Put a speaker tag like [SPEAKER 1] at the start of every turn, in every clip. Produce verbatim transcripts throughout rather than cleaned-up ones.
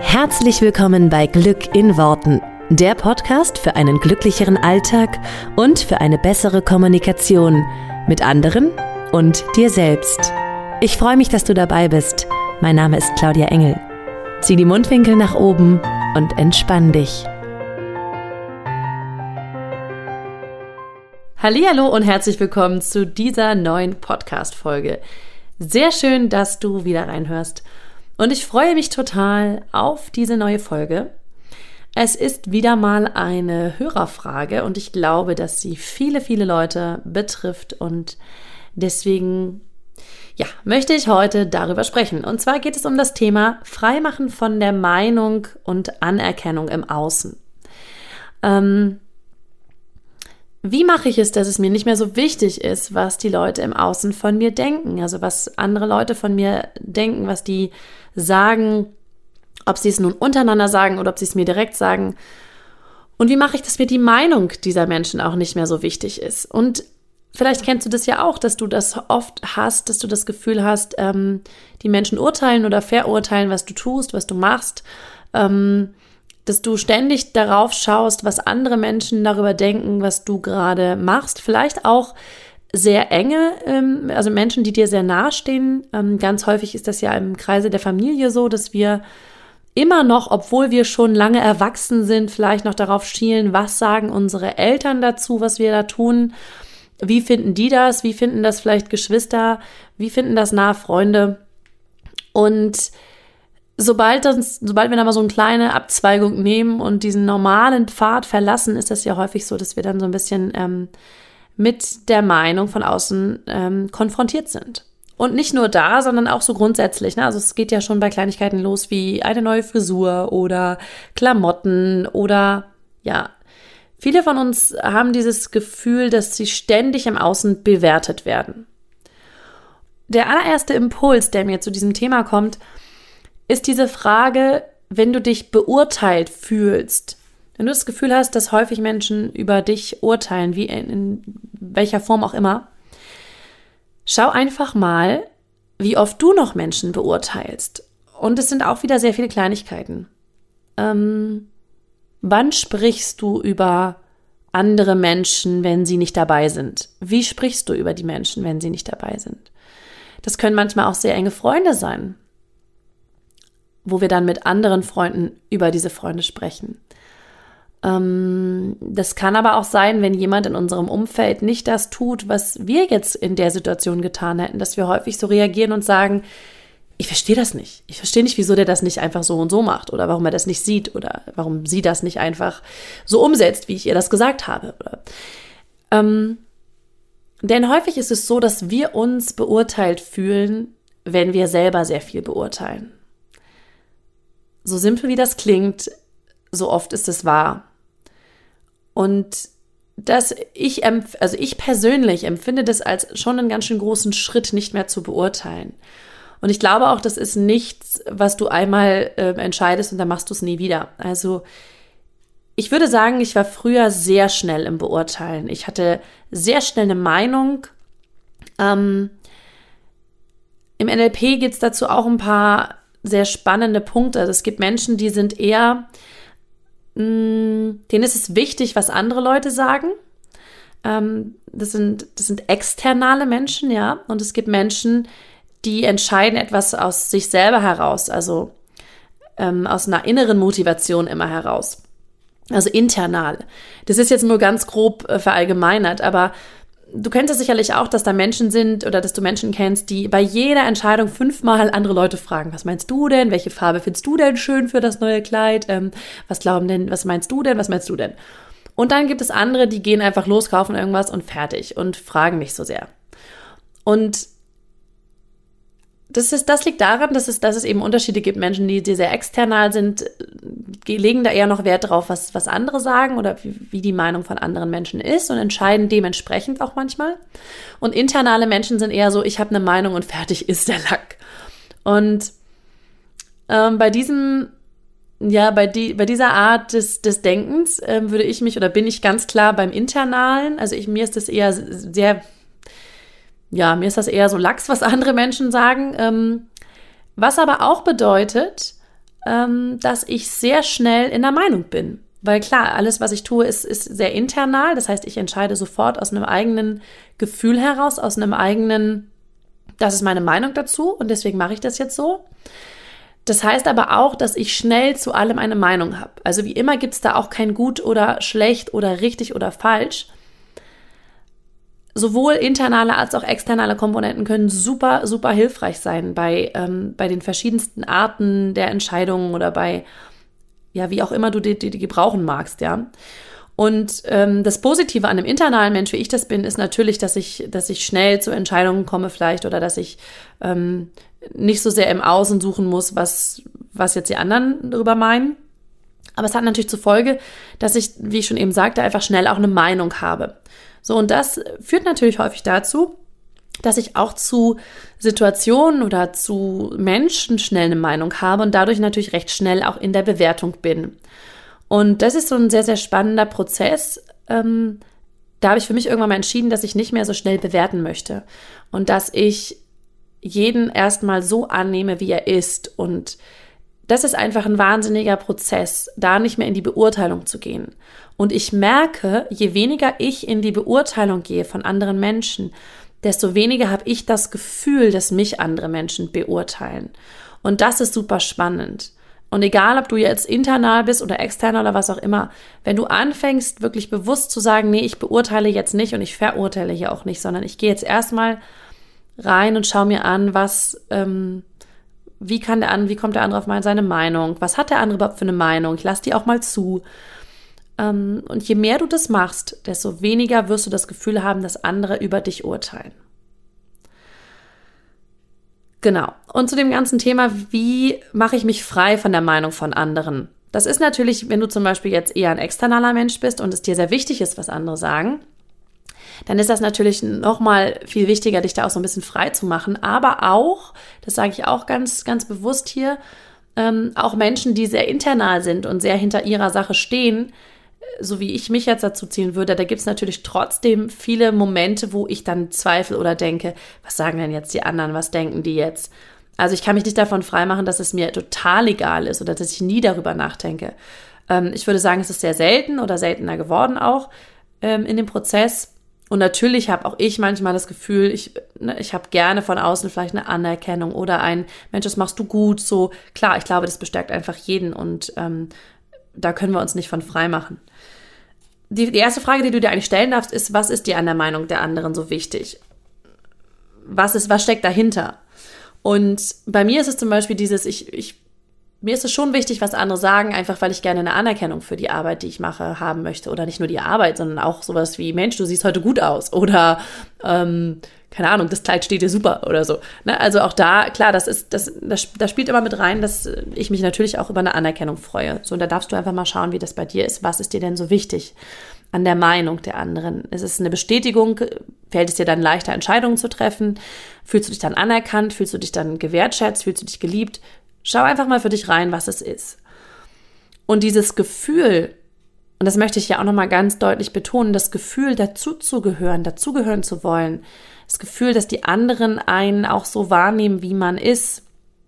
[SPEAKER 1] Herzlich willkommen bei Glück in Worten, der Podcast für einen glücklicheren Alltag und für eine bessere Kommunikation mit anderen und dir selbst. Ich freue mich, dass du dabei bist. Mein Name ist Claudia Engel. Zieh die Mundwinkel nach oben und entspann dich. Hallihallo und herzlich willkommen zu dieser neuen Podcast-Folge. Sehr schön, dass du wieder reinhörst. Und ich freue mich total auf diese neue Folge. Es ist wieder mal eine Hörerfrage und ich glaube, dass sie viele, viele Leute betrifft und deswegen ja, möchte ich heute darüber sprechen. Und zwar geht es um das Thema Freimachen von der Meinung und Anerkennung im Außen. Ähm, Wie mache ich es, dass es mir nicht mehr so wichtig ist, was die Leute im Außen von mir denken? Also was andere Leute von mir denken, was die sagen, ob sie es nun untereinander sagen oder ob sie es mir direkt sagen. Und wie mache ich, dass mir die Meinung dieser Menschen auch nicht mehr so wichtig ist? Und vielleicht kennst du das ja auch, dass du das oft hast, dass du das Gefühl hast, ähm, die Menschen urteilen oder verurteilen, was du tust, was du machst, ähm, dass du ständig darauf schaust, was andere Menschen darüber denken, was du gerade machst. Vielleicht auch sehr enge, ähm, also Menschen, die dir sehr nahe stehen. Ähm, ganz häufig ist das ja im Kreise der Familie so, dass wir immer noch, obwohl wir schon lange erwachsen sind, vielleicht noch darauf schielen, was sagen unsere Eltern dazu, was wir da tun. Wie finden die das? Wie finden das vielleicht Geschwister? Wie finden das nahe Freunde? Und Sobald, das, sobald wir da mal so eine kleine Abzweigung nehmen und diesen normalen Pfad verlassen, ist das ja häufig so, dass wir dann so ein bisschen ähm, mit der Meinung von außen ähm, konfrontiert sind. Und nicht nur da, sondern auch so grundsätzlich. Ne? Also es geht ja schon bei Kleinigkeiten los wie eine neue Frisur oder Klamotten oder ja, viele von uns haben dieses Gefühl, dass sie ständig im Außen bewertet werden. Der allererste Impuls, der mir zu diesem Thema kommt, ist diese Frage, wenn du dich beurteilt fühlst, wenn du das Gefühl hast, dass häufig Menschen über dich urteilen, wie in, in welcher Form auch immer, schau einfach mal, wie oft du noch Menschen beurteilst. Und es sind auch wieder sehr viele Kleinigkeiten. Ähm, wann sprichst du über andere Menschen, wenn sie nicht dabei sind? Wie sprichst du über die Menschen, wenn sie nicht dabei sind? Das können manchmal auch sehr enge Freunde sein, wo wir dann mit anderen Freunden über diese Freunde sprechen. Ähm, das kann aber auch sein, wenn jemand in unserem Umfeld nicht das tut, was wir jetzt in der Situation getan hätten, dass wir häufig so reagieren und sagen, ich verstehe das nicht. Ich verstehe nicht, wieso der das nicht einfach so und so macht oder warum er das nicht sieht oder warum sie das nicht einfach so umsetzt, wie ich ihr das gesagt habe. Oder, ähm, denn häufig ist es so, dass wir uns beurteilt fühlen, wenn wir selber sehr viel beurteilen. So simpel wie das klingt, so oft ist es wahr. Und dass ich, empf- also ich persönlich empfinde das als schon einen ganz schön großen Schritt, nicht mehr zu beurteilen. Und ich glaube auch, das ist nichts, was du einmal äh, entscheidest und dann machst du es nie wieder. Also ich würde sagen, ich war früher sehr schnell im Beurteilen. Ich hatte sehr schnell eine Meinung. Ähm, Im N L P gibt es dazu auch ein paar sehr spannende Punkte. Also es gibt Menschen, die sind eher, mh, denen ist es wichtig, was andere Leute sagen. Ähm, das sind, das sind externe Menschen, ja. Und es gibt Menschen, die entscheiden etwas aus sich selber heraus, also ähm, aus einer inneren Motivation immer heraus. Also internal. Das ist jetzt nur ganz grob äh, verallgemeinert, aber du kennst es sicherlich auch, dass da Menschen sind oder dass du Menschen kennst, die bei jeder Entscheidung fünfmal andere Leute fragen, was meinst du denn? Welche Farbe findest du denn schön für das neue Kleid? Ähm, was glauben denn, was meinst du denn? Was meinst du denn? Und dann gibt es andere, die gehen einfach los, kaufen irgendwas und fertig und fragen nicht so sehr. Und das ist, das liegt daran, dass es, dass es eben Unterschiede gibt. Menschen, die, die sehr external sind, legen da eher noch Wert drauf, was, was andere sagen oder wie, wie die Meinung von anderen Menschen ist und entscheiden dementsprechend auch manchmal. Und internale Menschen sind eher so, ich habe eine Meinung und fertig ist der Lack. Und ähm, bei diesem, ja, bei, die, bei dieser Art des, des Denkens ähm, würde ich mich oder bin ich ganz klar beim Internalen. Also ich, mir ist das eher sehr Ja, mir ist das eher so lax, was andere Menschen sagen. Ähm, was aber auch bedeutet, ähm, dass ich sehr schnell in der Meinung bin. Weil klar, alles, was ich tue, ist, ist sehr internal. Das heißt, ich entscheide sofort aus einem eigenen Gefühl heraus, aus einem eigenen, das ist meine Meinung dazu und deswegen mache ich das jetzt so. Das heißt aber auch, dass ich schnell zu allem eine Meinung habe. Also wie immer gibt es da auch kein gut oder schlecht oder richtig oder falsch. Sowohl internale als auch externe Komponenten können super, super hilfreich sein bei, ähm, bei den verschiedensten Arten der Entscheidungen oder bei ja, wie auch immer du die, die, die gebrauchen magst, ja. Und ähm, das Positive an einem internalen Mensch, wie ich das bin, ist natürlich, dass ich, dass ich schnell zu Entscheidungen komme vielleicht oder dass ich ähm, nicht so sehr im Außen suchen muss, was, was jetzt die anderen darüber meinen. Aber es hat natürlich zur Folge, dass ich, wie ich schon eben sagte, einfach schnell auch eine Meinung habe. So, und das führt natürlich häufig dazu, dass ich auch zu Situationen oder zu Menschen schnell eine Meinung habe und dadurch natürlich recht schnell auch in der Bewertung bin. Und das ist so ein sehr, sehr spannender Prozess. Ähm, da habe ich für mich irgendwann mal entschieden, dass ich nicht mehr so schnell bewerten möchte und dass ich jeden erstmal so annehme, wie er ist. Und das ist einfach ein wahnsinniger Prozess, da nicht mehr in die Beurteilung zu gehen. Und ich merke, je weniger ich in die Beurteilung gehe von anderen Menschen, desto weniger habe ich das Gefühl, dass mich andere Menschen beurteilen. Und das ist super spannend. Und egal, ob du jetzt internal bist oder extern oder was auch immer, wenn du anfängst, wirklich bewusst zu sagen, nee, ich beurteile jetzt nicht und ich verurteile hier auch nicht, sondern ich gehe jetzt erstmal rein und schaue mir an, was, ähm, wie kann der andere, wie kommt der andere auf mal seine Meinung, was hat der andere überhaupt für eine Meinung, ich lasse die auch mal zu. Ähm, und je mehr du das machst, desto weniger wirst du das Gefühl haben, dass andere über dich urteilen. Genau. Und zu dem ganzen Thema, wie mache ich mich frei von der Meinung von anderen? Das ist natürlich, wenn du zum Beispiel jetzt eher ein externer Mensch bist und es dir sehr wichtig ist, was andere sagen, dann ist das natürlich nochmal viel wichtiger, dich da auch so ein bisschen frei zu machen. Aber auch, das sage ich auch ganz, ganz bewusst hier, ähm, auch Menschen, die sehr internal sind und sehr hinter ihrer Sache stehen, so wie ich mich jetzt dazu ziehen würde, da gibt es natürlich trotzdem viele Momente, wo ich dann zweifle oder denke, was sagen denn jetzt die anderen, was denken die jetzt? Also ich kann mich nicht davon freimachen, dass es mir total egal ist oder dass ich nie darüber nachdenke. Ähm, ich würde sagen, es ist sehr selten oder seltener geworden auch ähm, in dem Prozess. Und natürlich habe auch ich manchmal das Gefühl, ich, ne, ich habe gerne von außen vielleicht eine Anerkennung oder ein, Mensch, das machst du gut. So, klar, ich glaube, das bestärkt einfach jeden und ähm, da können wir uns nicht von frei machen. Die, die erste Frage, die du dir eigentlich stellen darfst, ist, was ist dir an der Meinung der anderen so wichtig? Was ist, was steckt dahinter? Und bei mir ist es zum Beispiel dieses, ich, ich, mir ist es schon wichtig, was andere sagen, einfach weil ich gerne eine Anerkennung für die Arbeit, die ich mache, haben möchte. Oder nicht nur die Arbeit, sondern auch sowas wie, Mensch, du siehst heute gut aus. Oder, ähm, keine Ahnung, das Kleid steht dir super oder so. Ne? Also auch da, klar, das ist, das, das, das spielt immer mit rein, dass ich mich natürlich auch über eine Anerkennung freue. So, und da darfst du einfach mal schauen, wie das bei dir ist. Was ist dir denn so wichtig an der Meinung der anderen? Ist es eine Bestätigung? Fällt es dir dann leichter, Entscheidungen zu treffen? Fühlst du dich dann anerkannt? Fühlst du dich dann gewertschätzt? Fühlst du dich geliebt? Schau einfach mal für dich rein, was es ist. Und dieses Gefühl, und das möchte ich ja auch nochmal ganz deutlich betonen, das Gefühl, dazuzugehören, dazugehören zu wollen, das Gefühl, dass die anderen einen auch so wahrnehmen, wie man ist,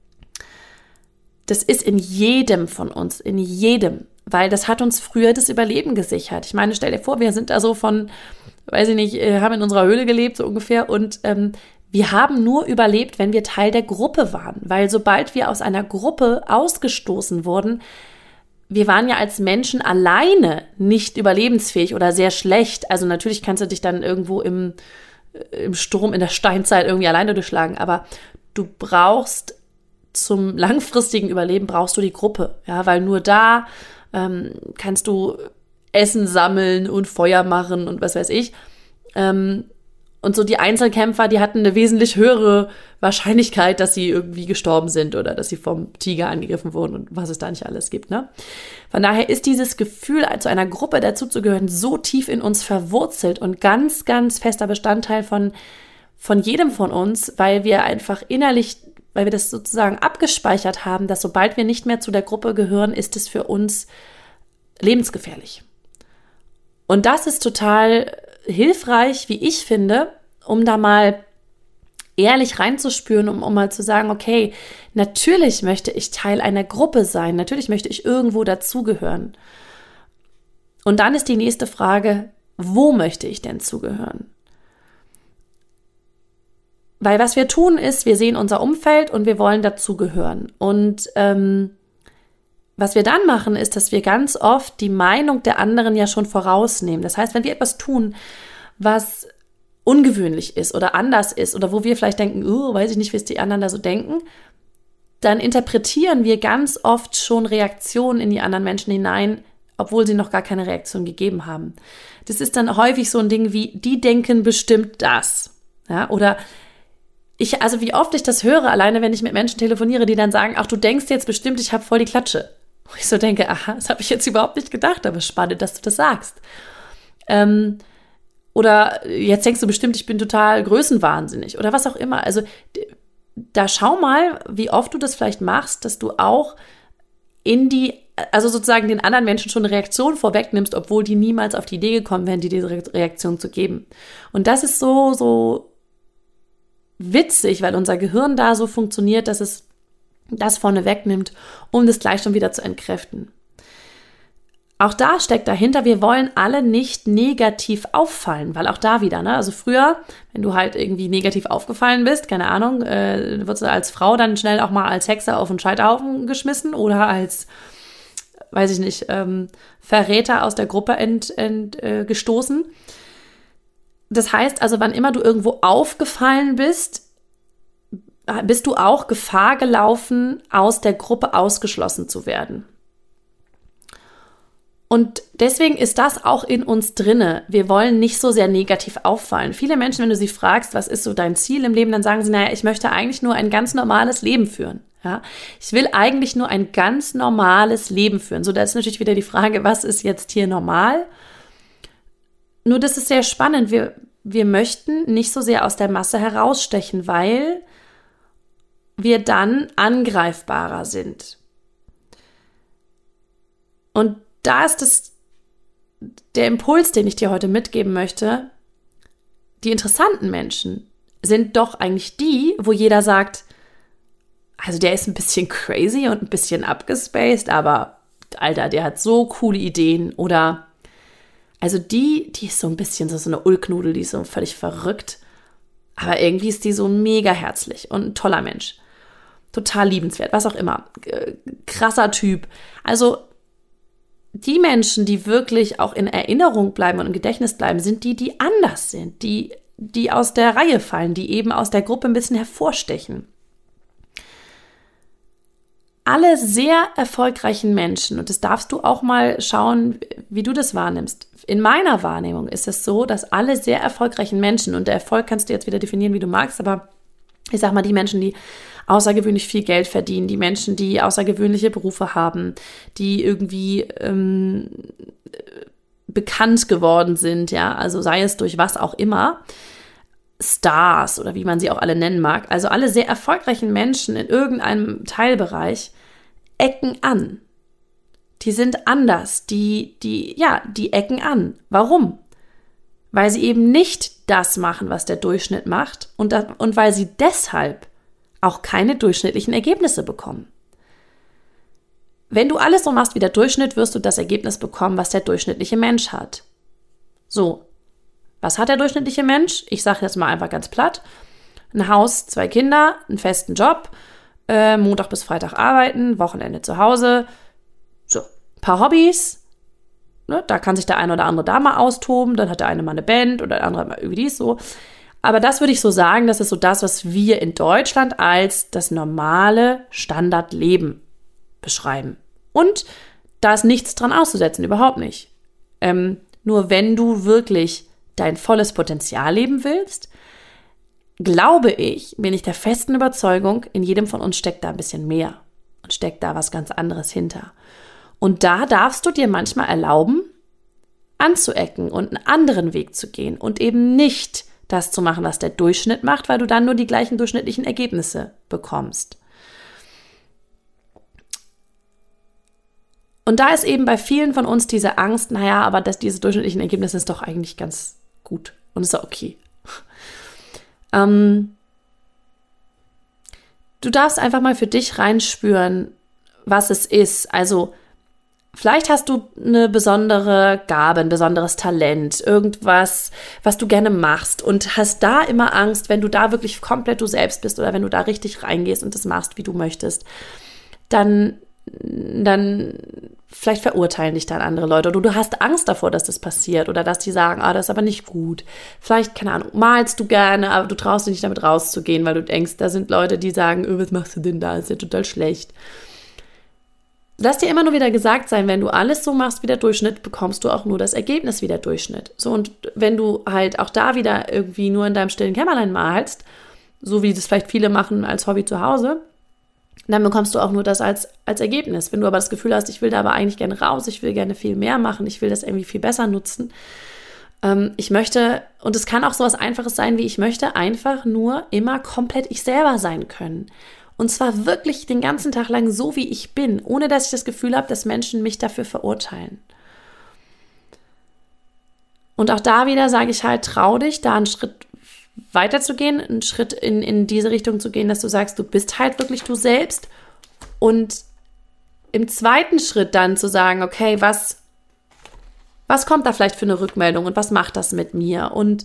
[SPEAKER 1] das ist in jedem von uns, in jedem, weil das hat uns früher das Überleben gesichert. Ich meine, stell dir vor, wir sind da so von, weiß ich nicht, haben in unserer Höhle gelebt, so ungefähr, und ähm, wir haben nur überlebt, wenn wir Teil der Gruppe waren, weil sobald wir aus einer Gruppe ausgestoßen wurden, wir waren ja als Menschen alleine nicht überlebensfähig oder sehr schlecht. Also natürlich kannst du dich dann irgendwo im, im Sturm in der Steinzeit irgendwie alleine durchschlagen, aber du brauchst zum langfristigen Überleben brauchst du die Gruppe, ja, weil nur da ähm, kannst du Essen sammeln und Feuer machen und was weiß ich. Ähm, Und so die Einzelkämpfer, die hatten eine wesentlich höhere Wahrscheinlichkeit, dass sie irgendwie gestorben sind oder dass sie vom Tiger angegriffen wurden und was es da nicht alles gibt, ne? Von daher ist dieses Gefühl, zu einer Gruppe dazuzugehören, so tief in uns verwurzelt und ganz, ganz fester Bestandteil von, von jedem von uns, weil wir einfach innerlich, weil wir das sozusagen abgespeichert haben, dass sobald wir nicht mehr zu der Gruppe gehören, ist es für uns lebensgefährlich. Und das ist total hilfreich, wie ich finde, um da mal ehrlich reinzuspüren, um, um mal zu sagen, okay, natürlich möchte ich Teil einer Gruppe sein, natürlich möchte ich irgendwo dazugehören. Und dann ist die nächste Frage, wo möchte ich denn zugehören? Weil was wir tun ist, wir sehen unser Umfeld und wir wollen dazugehören. Und ähm, was wir dann machen, ist, dass wir ganz oft die Meinung der anderen ja schon vorausnehmen. Das heißt, wenn wir etwas tun, was ungewöhnlich ist oder anders ist oder wo wir vielleicht denken, oh, weiß ich nicht, wie es die anderen da so denken, dann interpretieren wir ganz oft schon Reaktionen in die anderen Menschen hinein, obwohl sie noch gar keine Reaktion gegeben haben. Das ist dann häufig so ein Ding wie, die denken bestimmt das. Ja, oder ich, also wie oft ich das höre, alleine wenn ich mit Menschen telefoniere, die dann sagen, ach, du denkst jetzt bestimmt, ich habe voll die Klatsche. Wo ich so denke, aha, das habe ich jetzt überhaupt nicht gedacht, aber spannend, dass du das sagst. Ähm, Oder jetzt denkst du bestimmt, ich bin total größenwahnsinnig oder was auch immer. Also da schau mal, wie oft du das vielleicht machst, dass du auch in die, also sozusagen den anderen Menschen schon eine Reaktion vorwegnimmst, obwohl die niemals auf die Idee gekommen wären, dir diese Reaktion zu geben. Und das ist so, so witzig, weil unser Gehirn da so funktioniert, dass es das vorne wegnimmt, um das gleich schon wieder zu entkräften. Auch da steckt dahinter, wir wollen alle nicht negativ auffallen, weil auch da wieder, ne, also früher, wenn du halt irgendwie negativ aufgefallen bist, keine Ahnung, äh, wurdest du als Frau dann schnell auch mal als Hexe auf den Scheiterhaufen geschmissen oder als, weiß ich nicht, ähm, Verräter aus der Gruppe ent, ent, äh, gestoßen. Das heißt also, wann immer du irgendwo aufgefallen bist, bist du auch Gefahr gelaufen, aus der Gruppe ausgeschlossen zu werden. Und deswegen ist das auch in uns drinne. Wir wollen nicht so sehr negativ auffallen. Viele Menschen, wenn du sie fragst, was ist so dein Ziel im Leben, dann sagen sie, naja, ich möchte eigentlich nur ein ganz normales Leben führen. Ja? Ich will eigentlich nur ein ganz normales Leben führen. So, da ist natürlich wieder die Frage, was ist jetzt hier normal? Nur das ist sehr spannend. Wir, wir möchten nicht so sehr aus der Masse herausstechen, weil wir dann angreifbarer sind. Und da ist es der Impuls, den ich dir heute mitgeben möchte. Die interessanten Menschen sind doch eigentlich die, wo jeder sagt, also der ist ein bisschen crazy und ein bisschen abgespaced, aber Alter, der hat so coole Ideen. Oder also die, die ist so ein bisschen so, so eine Ulknudel, die ist so völlig verrückt. Aber irgendwie ist die so mega herzlich und ein toller Mensch. Total liebenswert, was auch immer. Krasser Typ. Also die Menschen, die wirklich auch in Erinnerung bleiben und im Gedächtnis bleiben, sind die, die anders sind, die, die aus der Reihe fallen, die eben aus der Gruppe ein bisschen hervorstechen. Alle sehr erfolgreichen Menschen, und das darfst du auch mal schauen, wie du das wahrnimmst. In meiner Wahrnehmung ist es so, dass alle sehr erfolgreichen Menschen, und der Erfolg kannst du jetzt wieder definieren, wie du magst, aber ich sag mal, die Menschen, die außergewöhnlich viel Geld verdienen, die Menschen, die außergewöhnliche Berufe haben, die irgendwie ähm, bekannt geworden sind, ja, also sei es durch was auch immer, Stars oder wie man sie auch alle nennen mag, also alle sehr erfolgreichen Menschen in irgendeinem Teilbereich ecken an. Die sind anders, die, die, ja, die ecken an. Warum? Weil sie eben nicht das machen, was der Durchschnitt macht und, das, und weil sie deshalb auch keine durchschnittlichen Ergebnisse bekommen. Wenn du alles so machst wie der Durchschnitt, wirst du das Ergebnis bekommen, was der durchschnittliche Mensch hat. So, was hat der durchschnittliche Mensch? Ich sage jetzt mal einfach ganz platt. Ein Haus, zwei Kinder, einen festen Job, äh, Montag bis Freitag arbeiten, Wochenende zu Hause, so, ein paar Hobbys. Ne, da kann sich der eine oder andere da mal austoben, dann hat der eine mal eine Band oder der andere mal irgendwie dies so. Aber das würde ich so sagen, das ist so das, was wir in Deutschland als das normale Standardleben beschreiben. Und da ist nichts dran auszusetzen, überhaupt nicht. Ähm, nur wenn du wirklich dein volles Potenzial leben willst, glaube ich, bin ich der festen Überzeugung, in jedem von uns steckt da ein bisschen mehr und steckt da was ganz anderes hinter. Und da darfst du dir manchmal erlauben, anzuecken und einen anderen Weg zu gehen und eben nicht das zu machen, was der Durchschnitt macht, weil du dann nur die gleichen durchschnittlichen Ergebnisse bekommst. Und da ist eben bei vielen von uns diese Angst, naja, aber das, diese durchschnittlichen Ergebnisse ist doch eigentlich ganz gut und ist doch okay. Ähm, du darfst einfach mal für dich reinspüren, was es ist. Also vielleicht hast du eine besondere Gabe, ein besonderes Talent, irgendwas, was du gerne machst und hast da immer Angst, wenn du da wirklich komplett du selbst bist oder wenn du da richtig reingehst und das machst, wie du möchtest, dann, dann vielleicht verurteilen dich dann andere Leute oder du hast Angst davor, dass das passiert oder dass die sagen, ah, das ist aber nicht gut. Vielleicht, keine Ahnung, malst du gerne, aber du traust dich nicht damit rauszugehen, weil du denkst, da sind Leute, die sagen, oh, was machst du denn da, ist ja total schlecht. Lass dir immer nur wieder gesagt sein, wenn du alles so machst wie der Durchschnitt, bekommst du auch nur das Ergebnis wie der Durchschnitt. So, und wenn du halt auch da wieder irgendwie nur in deinem stillen Kämmerlein malst, so wie das vielleicht viele machen als Hobby zu Hause, dann bekommst du auch nur das als, als Ergebnis. Wenn du aber das Gefühl hast, ich will da aber eigentlich gerne raus, ich will gerne viel mehr machen, ich will das irgendwie viel besser nutzen. Ähm, ich möchte, und es kann auch so was Einfaches sein, wie ich möchte einfach nur immer komplett ich selber sein können. Und zwar wirklich den ganzen Tag lang so, wie ich bin, ohne dass ich das Gefühl habe, dass Menschen mich dafür verurteilen. Und auch da wieder sage ich halt, trau dich, da einen Schritt weiterzugehen, einen Schritt in, in diese Richtung zu gehen, dass du sagst, du bist halt wirklich du selbst. Und im zweiten Schritt dann zu sagen, okay, was, was kommt da vielleicht für eine Rückmeldung und was macht das mit mir? Und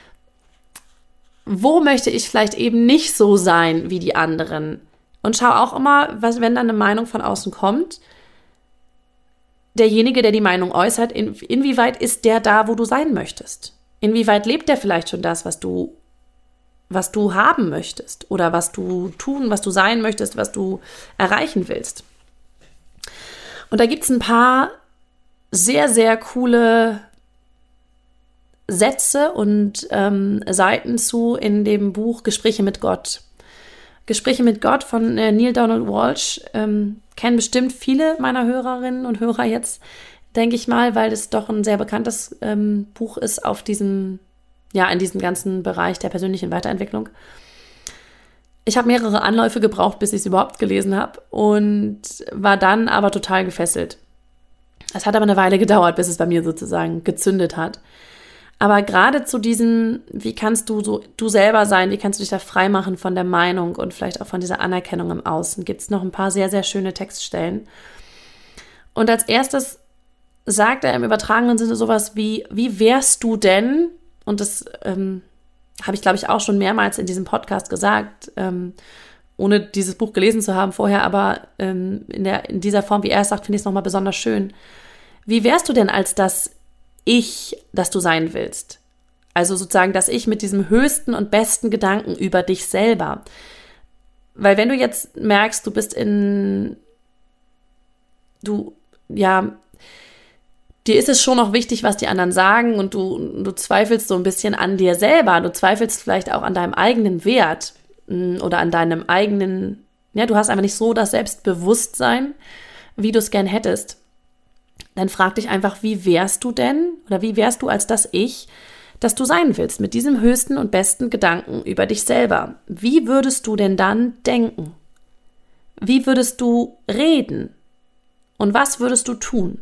[SPEAKER 1] wo möchte ich vielleicht eben nicht so sein wie die anderen? Und schau auch immer, was, wenn dann eine Meinung von außen kommt, derjenige, der die Meinung äußert, in, inwieweit ist der da, wo du sein möchtest? Inwieweit lebt der vielleicht schon das, was du, was du haben möchtest oder was du tun, was du sein möchtest, was du erreichen willst? Und da gibt es ein paar sehr, sehr coole Sätze und ähm, Seiten zu in dem Buch Gespräche mit Gott. Gespräche mit Gott von äh, Neale Donald Walsch ähm, kennen bestimmt viele meiner Hörerinnen und Hörer jetzt, denke ich mal, weil es doch ein sehr bekanntes ähm, Buch ist auf diesem, ja, in diesem ganzen Bereich der persönlichen Weiterentwicklung. Ich habe mehrere Anläufe gebraucht, bis ich es überhaupt gelesen habe und war dann aber total gefesselt. Es hat aber eine Weile gedauert, bis es bei mir sozusagen gezündet hat. Aber gerade zu diesem, wie kannst du so du selber sein, wie kannst du dich da frei machen von der Meinung und vielleicht auch von dieser Anerkennung im Außen, gibt es noch ein paar sehr, sehr schöne Textstellen. Und als erstes sagt er im übertragenen Sinne sowas wie, wie wärst du denn, und das ähm, habe ich, glaube ich, auch schon mehrmals in diesem Podcast gesagt, ähm, ohne dieses Buch gelesen zu haben vorher, aber ähm, in, der, in dieser Form, wie er es sagt, finde ich es nochmal besonders schön. Wie wärst du denn als das Ich, das du sein willst? Also sozusagen das Ich mit diesem höchsten und besten Gedanken über dich selber. Weil wenn du jetzt merkst, du bist in, du, ja, dir ist es schon noch wichtig, was die anderen sagen und du, du zweifelst so ein bisschen an dir selber, du zweifelst vielleicht auch an deinem eigenen Wert oder an deinem eigenen, ja, du hast einfach nicht so das Selbstbewusstsein, wie du es gern hättest. Dann frag dich einfach, wie wärst du denn oder wie wärst du als das Ich, das du sein willst, mit diesem höchsten und besten Gedanken über dich selber? Wie würdest du denn dann denken? Wie würdest du reden? Und was würdest du tun?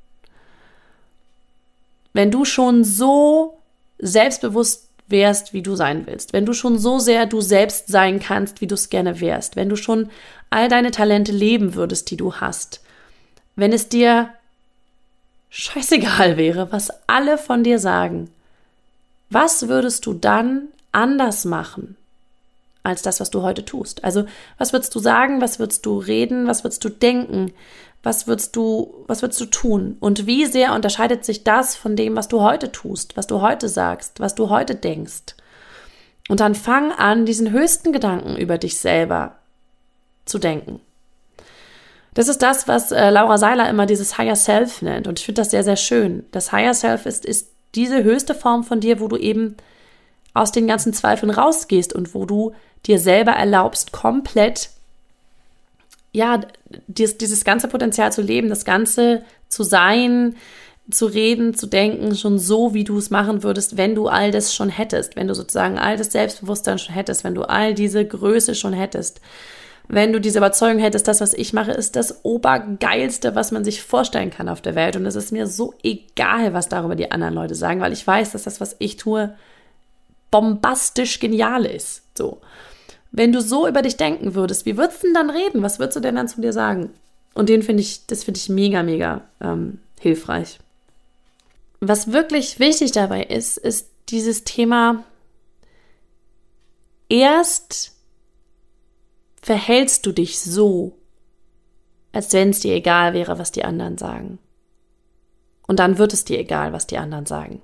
[SPEAKER 1] Wenn du schon so selbstbewusst wärst, wie du sein willst, wenn du schon so sehr du selbst sein kannst, wie du es gerne wärst, wenn du schon all deine Talente leben würdest, die du hast, wenn es dir scheißegal wäre, was alle von dir sagen, was würdest du dann anders machen als das, was du heute tust? Also, was würdest du sagen, was würdest du reden, was würdest du denken, was würdest du, was würdest du tun? Und wie sehr unterscheidet sich das von dem, was du heute tust, was du heute sagst, was du heute denkst? Und dann fang an, diesen höchsten Gedanken über dich selber zu denken. Das ist das, was äh, Laura Seiler immer dieses Higher Self nennt. Und ich finde das sehr, sehr schön. Das Higher Self ist, ist diese höchste Form von dir, wo du eben aus den ganzen Zweifeln rausgehst und wo du dir selber erlaubst, komplett, ja, dieses, dieses ganze Potenzial zu leben, das Ganze zu sein, zu reden, zu denken, schon so, wie du es machen würdest, wenn du all das schon hättest, wenn du sozusagen all das Selbstbewusstsein schon hättest, wenn du all diese Größe schon hättest. Wenn du diese Überzeugung hättest, das, was ich mache, ist das Obergeilste, was man sich vorstellen kann auf der Welt. Und es ist mir so egal, was darüber die anderen Leute sagen, weil ich weiß, dass das, was ich tue, bombastisch genial ist. So. wenn du so über dich denken würdest, wie würdest du denn dann reden? Was würdest du denn dann zu dir sagen? Und den finde ich, das finde ich mega, mega ähm, hilfreich. Was wirklich wichtig dabei ist, ist dieses Thema, erst verhältst du dich so, als wenn es dir egal wäre, was die anderen sagen. Und dann wird es dir egal, was die anderen sagen.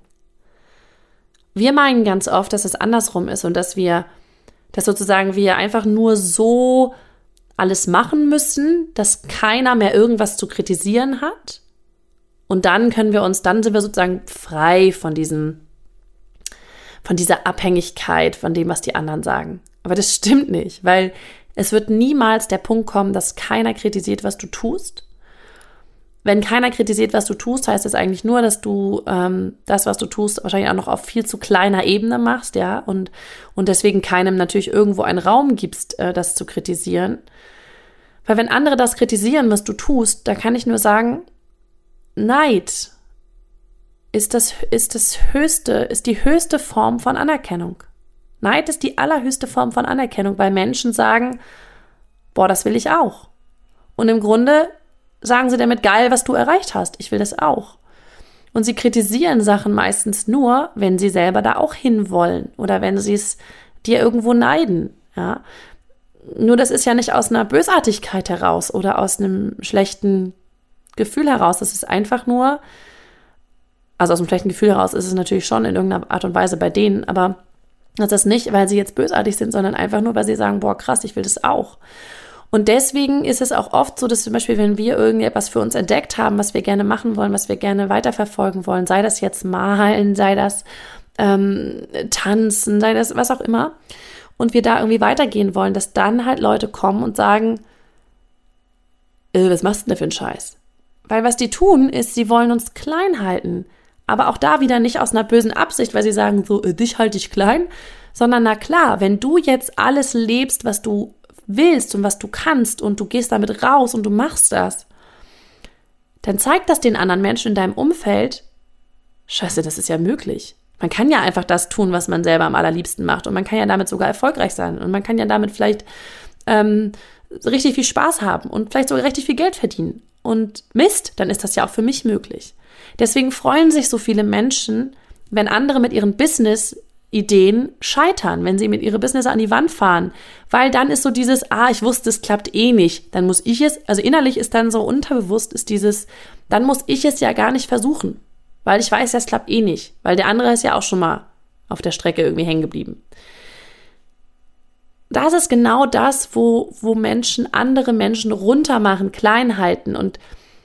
[SPEAKER 1] Wir meinen ganz oft, dass es andersrum ist und dass wir, dass sozusagen wir einfach nur so alles machen müssen, dass keiner mehr irgendwas zu kritisieren hat. Und dann können wir uns, dann sind wir sozusagen frei von diesem, von dieser Abhängigkeit von dem, was die anderen sagen. Aber das stimmt nicht, weil es wird niemals der Punkt kommen, dass keiner kritisiert, was du tust. Wenn keiner kritisiert, was du tust, heißt es eigentlich nur, dass du ähm, das, was du tust, wahrscheinlich auch noch auf viel zu kleiner Ebene machst, ja, und, und deswegen keinem natürlich irgendwo einen Raum gibst, äh, das zu kritisieren. Weil wenn andere das kritisieren, was du tust, da kann ich nur sagen, Neid ist das, ist das höchste, ist die höchste Form von Anerkennung. Neid ist die allerhöchste Form von Anerkennung, weil Menschen sagen, boah, das will ich auch. Und im Grunde sagen sie damit, geil, was du erreicht hast. Ich will das auch. Und sie kritisieren Sachen meistens nur, wenn sie selber da auch hinwollen oder wenn sie es dir irgendwo neiden. Ja? Nur das ist ja nicht aus einer Bösartigkeit heraus oder aus einem schlechten Gefühl heraus. Das ist einfach nur, also aus einem schlechten Gefühl heraus ist es natürlich schon in irgendeiner Art und Weise bei denen, aber das ist nicht, weil sie jetzt bösartig sind, sondern einfach nur, weil sie sagen, boah, krass, ich will das auch. Und deswegen ist es auch oft so, dass zum Beispiel, wenn wir irgendetwas für uns entdeckt haben, was wir gerne machen wollen, was wir gerne weiterverfolgen wollen, sei das jetzt malen, sei das ähm, tanzen, sei das was auch immer, und wir da irgendwie weitergehen wollen, dass dann halt Leute kommen und sagen, äh, was machst du denn für einen Scheiß? Weil was die tun, ist, sie wollen uns klein halten. Aber auch da wieder nicht aus einer bösen Absicht, weil sie sagen, so, äh, dich halte ich klein, sondern na klar, wenn du jetzt alles lebst, was du willst und was du kannst und du gehst damit raus und du machst das, dann zeigt das den anderen Menschen in deinem Umfeld, scheiße, das ist ja möglich. Man kann ja einfach das tun, was man selber am allerliebsten macht und man kann ja damit sogar erfolgreich sein und man kann ja damit vielleicht ähm, richtig viel Spaß haben und vielleicht sogar richtig viel Geld verdienen. Und Mist, dann ist das ja auch für mich möglich. Deswegen freuen sich so viele Menschen, wenn andere mit ihren Business-Ideen scheitern, wenn sie mit ihren Business an die Wand fahren, weil dann ist so dieses, ah, ich wusste, es klappt eh nicht, dann muss ich es, also innerlich ist dann so unterbewusst, ist dieses, dann muss ich es ja gar nicht versuchen, weil ich weiß, das klappt eh nicht, weil der andere ist ja auch schon mal auf der Strecke irgendwie hängen geblieben. Das ist genau das, wo, wo Menschen andere Menschen runtermachen, klein halten. Und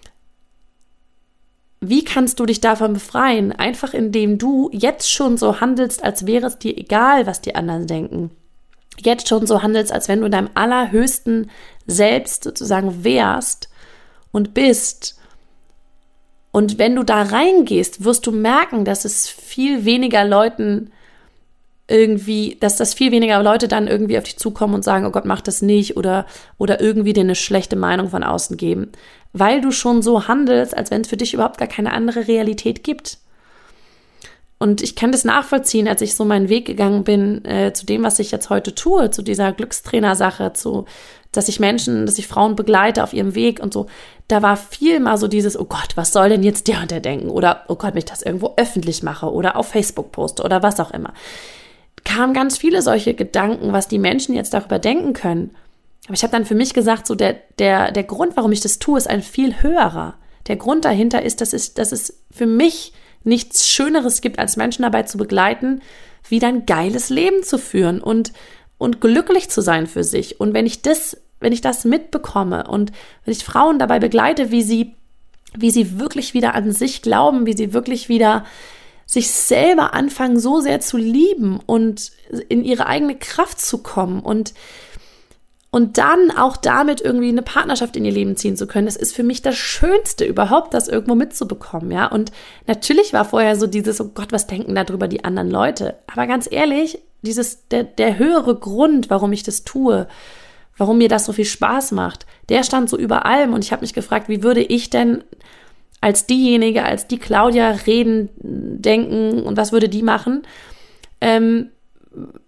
[SPEAKER 1] wie kannst du dich davon befreien? Einfach indem du jetzt schon so handelst, als wäre es dir egal, was die anderen denken. Jetzt schon so handelst, als wenn du in deinem allerhöchsten Selbst sozusagen wärst und bist. Und wenn du da reingehst, wirst du merken, dass es viel weniger Leuten irgendwie, dass das viel weniger Leute dann irgendwie auf dich zukommen und sagen, oh Gott, mach das nicht oder, oder irgendwie dir eine schlechte Meinung von außen geben, weil du schon so handelst, als wenn es für dich überhaupt gar keine andere Realität gibt. Und ich kann das nachvollziehen, als ich so meinen Weg gegangen bin äh, zu dem, was ich jetzt heute tue, zu dieser Glückstrainer-Sache, zu, dass ich Menschen, dass ich Frauen begleite auf ihrem Weg und so. Da war viel mal so dieses, oh Gott, was soll denn jetzt der und der denken? Oder, oh Gott, wenn ich das irgendwo öffentlich mache oder auf Facebook poste oder was auch immer. Kamen ganz viele solche Gedanken, was die Menschen jetzt darüber denken können. Aber ich habe dann für mich gesagt, so der, der, der Grund, warum ich das tue, ist ein viel höherer. Der Grund dahinter ist, dass es, dass es für mich nichts Schöneres gibt, als Menschen dabei zu begleiten, wieder ein geiles Leben zu führen und, und glücklich zu sein für sich. Und wenn ich das, wenn ich das mitbekomme und wenn ich Frauen dabei begleite, wie sie, wie sie wirklich wieder an sich glauben, wie sie wirklich wieder sich selber anfangen, so sehr zu lieben und in ihre eigene Kraft zu kommen und, und dann auch damit irgendwie eine Partnerschaft in ihr Leben ziehen zu können, das ist für mich das Schönste überhaupt, das irgendwo mitzubekommen, ja. Und natürlich war vorher so dieses, oh Gott, was denken darüber die anderen Leute? Aber ganz ehrlich, dieses, der, der höhere Grund, warum ich das tue, warum mir das so viel Spaß macht, der stand so über allem und ich habe mich gefragt, wie würde ich denn als diejenige, als die Claudia reden, denken und was würde die machen, ähm,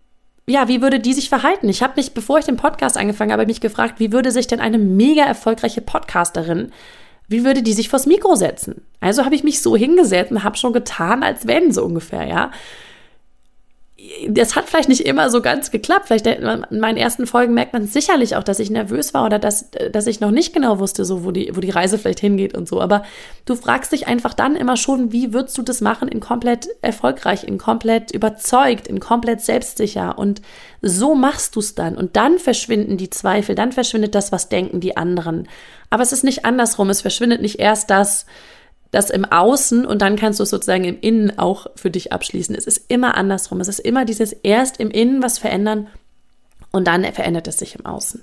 [SPEAKER 1] ja, wie würde die sich verhalten? Ich habe mich, bevor ich den Podcast angefangen habe, mich gefragt, wie würde sich denn eine mega erfolgreiche Podcasterin, wie würde die sich vors Mikro setzen? Also habe ich mich so hingesetzt und habe schon getan, als wenn, so ungefähr, ja. Das hat vielleicht nicht immer so ganz geklappt. Vielleicht in meinen ersten Folgen merkt man sicherlich auch, dass ich nervös war oder dass, dass ich noch nicht genau wusste, so wo die, wo die Reise vielleicht hingeht und so. Aber du fragst dich einfach dann immer schon, wie würdest du das machen in komplett erfolgreich, in komplett überzeugt, in komplett selbstsicher. Und so machst du es dann. Und dann verschwinden die Zweifel, dann verschwindet das, was denken die anderen. Aber es ist nicht andersrum. Es verschwindet nicht erst das, das im Außen und dann kannst du es sozusagen im Innen auch für dich abschließen. Es ist immer andersrum. Es ist immer dieses erst im Innen was verändern und dann verändert es sich im Außen.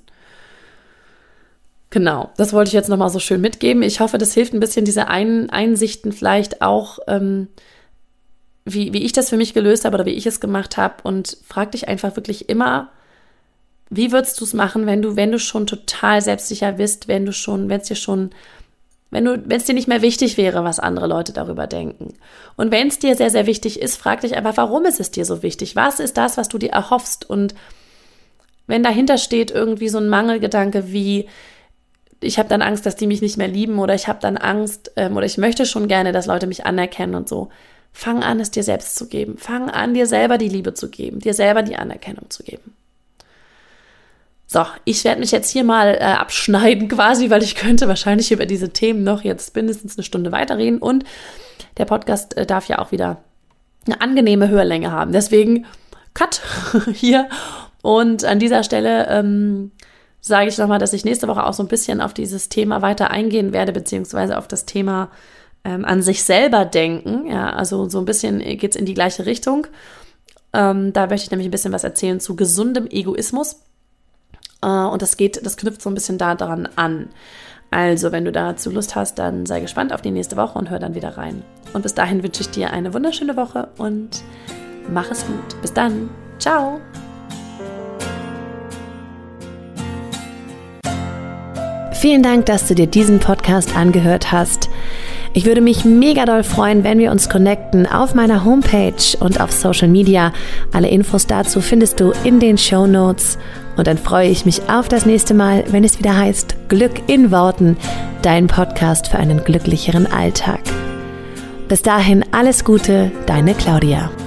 [SPEAKER 1] Genau, das wollte ich jetzt nochmal so schön mitgeben. Ich hoffe, das hilft ein bisschen, diese Ein- Einsichten vielleicht auch, ähm, wie, wie ich das für mich gelöst habe oder wie ich es gemacht habe, und frag dich einfach wirklich immer, wie würdest du es machen, wenn du, wenn du schon total selbstsicher bist, wenn du schon, wenn es dir schon Wenn du, wenn es dir nicht mehr wichtig wäre, was andere Leute darüber denken. Und wenn es dir sehr, sehr wichtig ist, frag dich einfach, warum ist es dir so wichtig? Was ist das, was du dir erhoffst? Und wenn dahinter steht irgendwie so ein Mangelgedanke wie, ich habe dann Angst, dass die mich nicht mehr lieben, oder ich habe dann Angst ähm, oder ich möchte schon gerne, dass Leute mich anerkennen und so. Fang an, es dir selbst zu geben. Fang an, dir selber die Liebe zu geben, dir selber die Anerkennung zu geben. So, ich werde mich jetzt hier mal äh, abschneiden quasi, weil ich könnte wahrscheinlich über diese Themen noch jetzt mindestens eine Stunde weiterreden, und der Podcast äh, darf ja auch wieder eine angenehme Hörlänge haben. Deswegen Cut hier, und an dieser Stelle ähm, sage ich nochmal, dass ich nächste Woche auch so ein bisschen auf dieses Thema weiter eingehen werde, beziehungsweise auf das Thema ähm, an sich selber denken. Ja, also so ein bisschen geht es in die gleiche Richtung. Ähm, da möchte ich nämlich ein bisschen was erzählen zu gesundem Egoismus. Und das geht, das knüpft so ein bisschen daran an. Also, wenn du dazu Lust hast, dann sei gespannt auf die nächste Woche und hör dann wieder rein. Und bis dahin wünsche ich dir eine wunderschöne Woche und mach es gut. Bis dann. Ciao. Vielen Dank, dass du dir diesen Podcast angehört hast. Ich würde mich mega doll freuen, wenn wir uns connecten auf meiner Homepage und auf Social Media. Alle Infos dazu findest du in den Shownotes. Und dann freue ich mich auf das nächste Mal, wenn es wieder heißt Glück in Worten, dein Podcast für einen glücklicheren Alltag. Bis dahin alles Gute, deine Claudia.